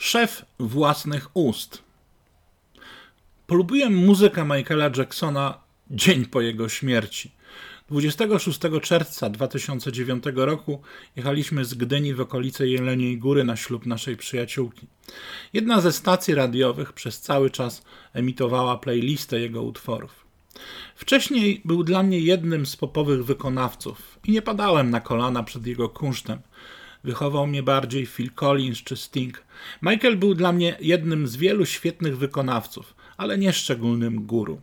Szef własnych ust. Polubiłem muzykę Michaela Jacksona dzień po jego śmierci. 26 czerwca 2009 roku jechaliśmy z Gdyni w okolice Jeleniej Góry na ślub naszej przyjaciółki. Jedna ze stacji radiowych przez cały czas emitowała playlistę jego utworów. Wcześniej był dla mnie jednym z popowych wykonawców i nie padałem na kolana przed jego kunsztem. Wychował mnie bardziej Phil Collins czy Sting. Michael był dla mnie jednym z wielu świetnych wykonawców, ale nie szczególnym guru.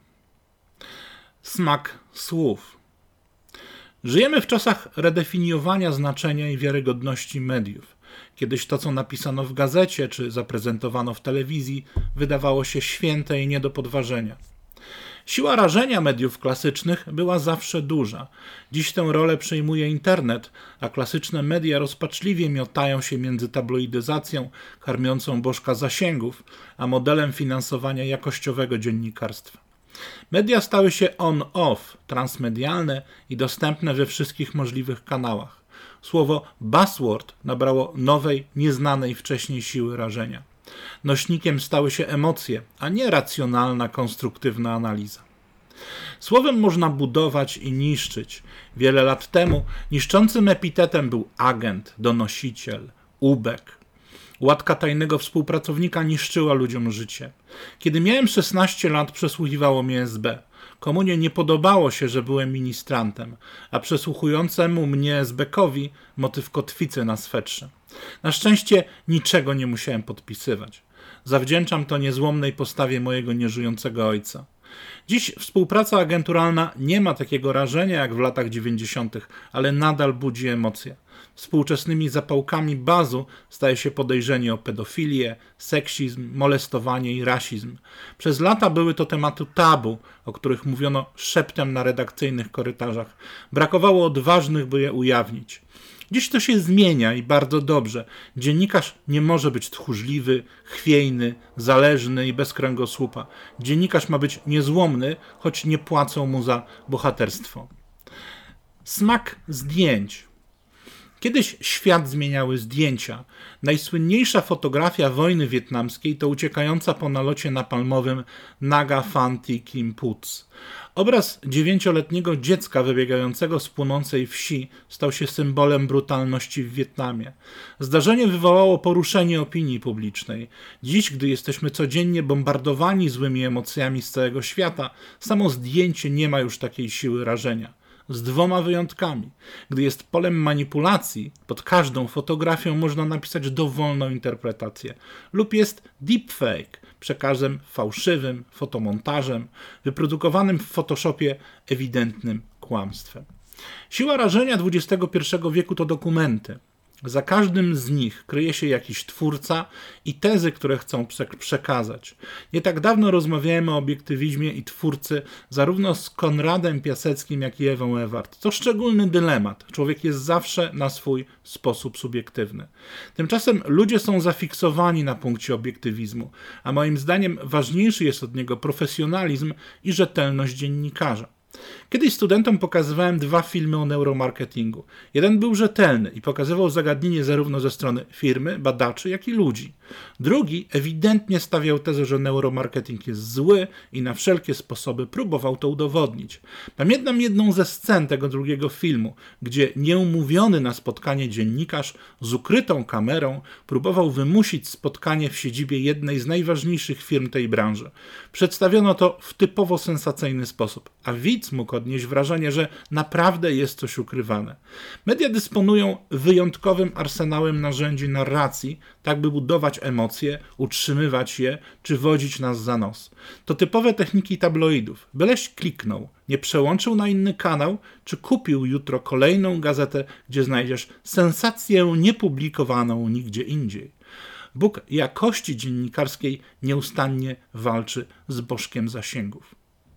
Smak słów. Żyjemy w czasach redefiniowania znaczenia i wiarygodności mediów. Kiedyś to, co napisano w gazecie czy zaprezentowano w telewizji, wydawało się święte i nie do podważenia. Siła rażenia mediów klasycznych była zawsze duża. Dziś tę rolę przejmuje internet, a klasyczne media rozpaczliwie miotają się między tabloidyzacją karmiącą bożka zasięgów, a modelem finansowania jakościowego dziennikarstwa. Media stały się on-off, transmedialne i dostępne we wszystkich możliwych kanałach. Słowo buzzword nabrało nowej, nieznanej wcześniej siły rażenia. Nośnikiem stały się emocje, a nie racjonalna, konstruktywna analiza. Słowem można budować i niszczyć. Wiele lat temu niszczącym epitetem był agent, donosiciel, ubek. Łatka tajnego współpracownika niszczyła ludziom życie. Kiedy miałem 16 lat, przesłuchiwało mnie SB. Komunie nie podobało się, że byłem ministrantem, a przesłuchującemu mnie SB-kowi motyw kotwicy na swetrze. Na szczęście niczego nie musiałem podpisywać. Zawdzięczam to niezłomnej postawie mojego nieżyjącego ojca. Dziś współpraca agenturalna nie ma takiego rażenia jak w latach 90., ale nadal budzi emocje. Współczesnymi zapałkami bazu staje się podejrzenie o pedofilię, seksizm, molestowanie i rasizm. Przez lata były to tematy tabu, o których mówiono szeptem na redakcyjnych korytarzach. Brakowało odważnych, by je ujawnić. Dziś to się zmienia i bardzo dobrze. Dziennikarz nie może być tchórzliwy, chwiejny, zależny i bez kręgosłupa. Dziennikarz ma być niezłomny, choć nie płacą mu za bohaterstwo. Smak zdjęć. Kiedyś świat zmieniały zdjęcia. Najsłynniejsza fotografia wojny wietnamskiej to uciekająca po nalocie napalmowym Naga Phan Thi Kim Puc. Obraz 9-letniego dziecka wybiegającego z płonącej wsi stał się symbolem brutalności w Wietnamie. Zdarzenie wywołało poruszenie opinii publicznej. Dziś, gdy jesteśmy codziennie bombardowani złymi emocjami z całego świata, samo zdjęcie nie ma już takiej siły rażenia. Z dwoma wyjątkami. Gdy jest polem manipulacji, pod każdą fotografią można napisać dowolną interpretację. Lub jest deepfake, przekazem fałszywym, fotomontażem, wyprodukowanym w Photoshopie ewidentnym kłamstwem. Siła rażenia XXI wieku to dokumenty. Za każdym z nich kryje się jakiś twórca i tezy, które chcą przekazać. Nie tak dawno rozmawiałem o obiektywizmie i twórcy zarówno z Konradem Piaseckim, jak i Ewą Ewart. To szczególny dylemat. Człowiek jest zawsze na swój sposób subiektywny. Tymczasem ludzie są zafiksowani na punkcie obiektywizmu, a moim zdaniem ważniejszy jest od niego profesjonalizm i rzetelność dziennikarza. Kiedyś studentom pokazywałem 2 filmy o neuromarketingu. Jeden był rzetelny i pokazywał zagadnienie zarówno ze strony firmy, badaczy, jak i ludzi. Drugi ewidentnie stawiał tezę, że neuromarketing jest zły i na wszelkie sposoby próbował to udowodnić. Pamiętam jedną ze scen tego drugiego filmu, gdzie nieumówiony na spotkanie dziennikarz z ukrytą kamerą próbował wymusić spotkanie w siedzibie jednej z najważniejszych firm tej branży. Przedstawiono to w typowo sensacyjny sposób, a widz mógł odnieść wrażenie, że naprawdę jest coś ukrywane. Media dysponują wyjątkowym arsenałem narzędzi narracji, tak by budować emocje, utrzymywać je, czy wodzić nas za nos. To typowe techniki tabloidów. Byleś kliknął, nie przełączył na inny kanał, czy kupił jutro kolejną gazetę, gdzie znajdziesz sensację niepublikowaną nigdzie indziej. Bóg jakości dziennikarskiej nieustannie walczy z bożkiem zasięgów.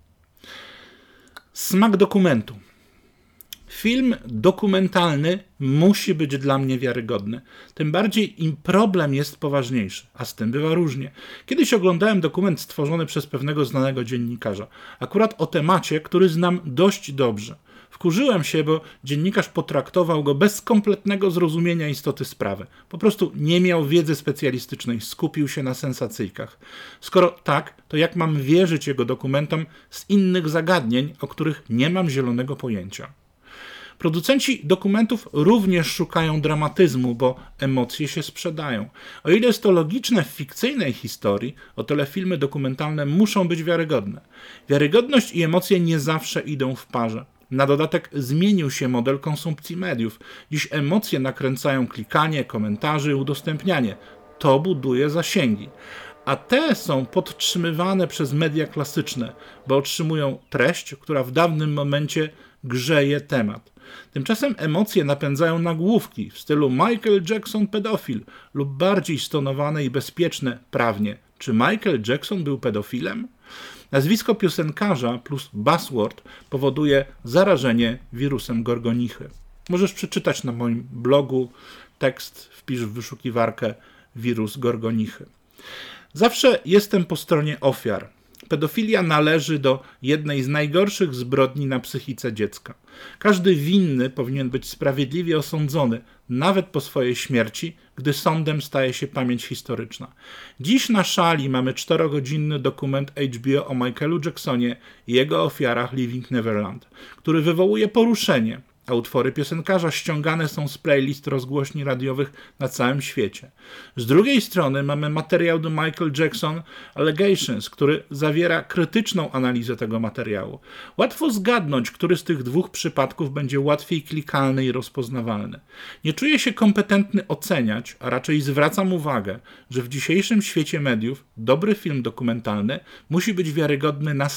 Smak dokumentu. Film dokumentalny musi być dla mnie wiarygodny. Tym bardziej im problem jest poważniejszy, a z tym bywa różnie. Kiedyś oglądałem dokument stworzony przez pewnego znanego dziennikarza. Akurat o temacie, który znam dość dobrze. Wkurzyłem się, bo dziennikarz potraktował go bez kompletnego zrozumienia istoty sprawy. Po prostu nie miał wiedzy specjalistycznej, skupił się na sensacyjkach. Skoro tak, to jak mam wierzyć jego dokumentom z innych zagadnień, o których nie mam zielonego pojęcia? Producenci dokumentów również szukają dramatyzmu, bo emocje się sprzedają. O ile jest to logiczne w fikcyjnej historii, o tyle filmy dokumentalne muszą być wiarygodne. Wiarygodność i emocje nie zawsze idą w parze. Na dodatek zmienił się model konsumpcji mediów. Dziś emocje nakręcają klikanie, komentarze i udostępnianie. To buduje zasięgi. A te są podtrzymywane przez media klasyczne, bo otrzymują treść, która w dawnym momencie grzeje temat. Tymczasem emocje napędzają nagłówki w stylu Michael Jackson pedofil lub bardziej stonowane i bezpieczne prawnie. Czy Michael Jackson był pedofilem? Nazwisko piosenkarza plus buzzword powoduje zarażenie wirusem gorgonichy. Możesz przeczytać na moim blogu tekst, wpisz w wyszukiwarkę wirus gorgonichy. Zawsze jestem po stronie ofiar. Pedofilia należy do jednej z najgorszych zbrodni na psychice dziecka. Każdy winny powinien być sprawiedliwie osądzony, nawet po swojej śmierci, gdy sądem staje się pamięć historyczna. Dziś na szali mamy 4-godzinny dokument HBO o Michaelu Jacksonie i jego ofiarach Living Neverland, który wywołuje poruszenie, a utwory piosenkarza ściągane są z playlist rozgłośni radiowych na całym świecie. Z drugiej strony mamy materiał The Michael Jackson Allegations, który zawiera krytyczną analizę tego materiału. Łatwo zgadnąć, który z tych dwóch przypadków będzie łatwiej klikalny i rozpoznawalny. Nie czuję się kompetentny oceniać, a raczej zwracam uwagę, że w dzisiejszym świecie mediów dobry film dokumentalny musi być wiarygodny na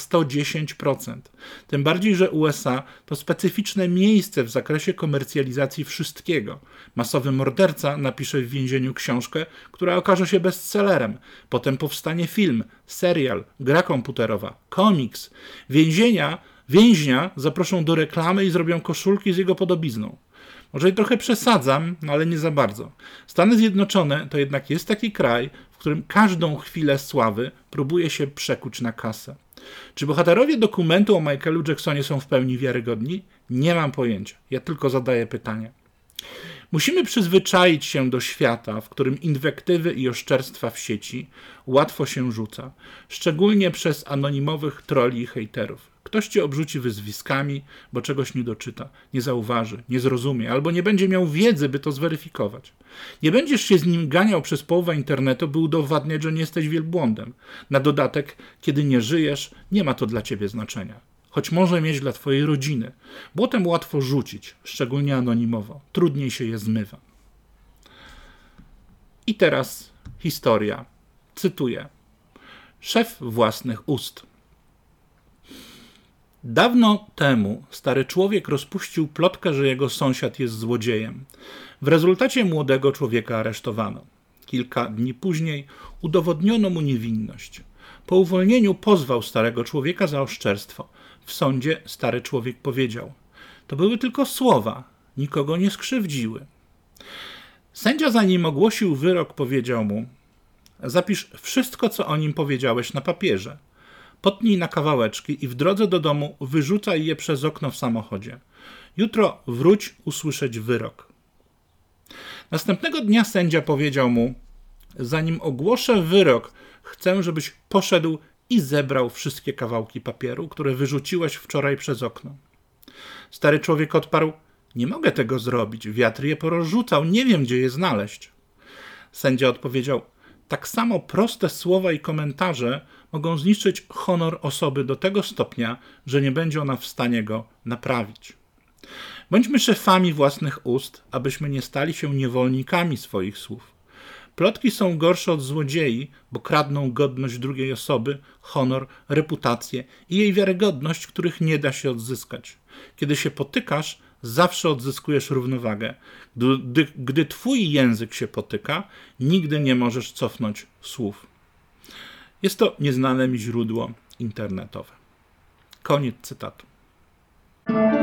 110%. Tym bardziej, że USA to specyficzne miejsce w zakresie komercjalizacji wszystkiego. Masowy morderca napisze w więzieniu książkę, która okaże się bestsellerem. Potem powstanie film, serial, gra komputerowa, komiks. Więźnia zaproszą do reklamy i zrobią koszulki z jego podobizną. Może i trochę przesadzam, ale nie za bardzo. Stany Zjednoczone to jednak jest taki kraj, w którym każdą chwilę sławy próbuje się przekuć na kasę. Czy bohaterowie dokumentu o Michaelu Jacksonie są w pełni wiarygodni? Nie mam pojęcia. Ja tylko zadaję pytanie. Musimy przyzwyczaić się do świata, w którym inwektywy i oszczerstwa w sieci łatwo się rzuca, szczególnie przez anonimowych trolli i hejterów. Ktoś cię obrzuci wyzwiskami, bo czegoś nie doczyta, nie zauważy, nie zrozumie, albo nie będzie miał wiedzy, by to zweryfikować. Nie będziesz się z nim ganiał przez połowę internetu, by udowadniać, że nie jesteś wielbłądem. Na dodatek, kiedy nie żyjesz, nie ma to dla ciebie znaczenia. Choć może mieć dla twojej rodziny. Błotem łatwo rzucić, szczególnie anonimowo. Trudniej się je zmywa. I teraz historia. Cytuję. Szef własnych ust. Dawno temu stary człowiek rozpuścił plotkę, że jego sąsiad jest złodziejem. W rezultacie młodego człowieka aresztowano. Kilka dni później udowodniono mu niewinność. Po uwolnieniu pozwał starego człowieka za oszczerstwo. W sądzie stary człowiek powiedział: to były tylko słowa, nikogo nie skrzywdziły. Sędzia, zanim ogłosił wyrok, powiedział mu: zapisz wszystko, co o nim powiedziałeś, na papierze. Potnij na kawałeczki i w drodze do domu wyrzucaj je przez okno w samochodzie. Jutro wróć usłyszeć wyrok. Następnego dnia sędzia powiedział mu: zanim ogłoszę wyrok, chcę, żebyś poszedł i zebrał wszystkie kawałki papieru, które wyrzuciłeś wczoraj przez okno. Stary człowiek odparł: nie mogę tego zrobić, wiatr je porozrzucał, nie wiem, gdzie je znaleźć. Sędzia odpowiedział: tak samo proste słowa i komentarze mogą zniszczyć honor osoby do tego stopnia, że nie będzie ona w stanie go naprawić. Bądźmy szefami własnych ust, abyśmy nie stali się niewolnikami swoich słów. Plotki są gorsze od złodziei, bo kradną godność drugiej osoby, honor, reputację i jej wiarygodność, których nie da się odzyskać. Kiedy się potykasz, zawsze odzyskujesz równowagę. Gdy twój język się potyka, nigdy nie możesz cofnąć słów. Jest to nieznane mi źródło internetowe. Koniec cytatu.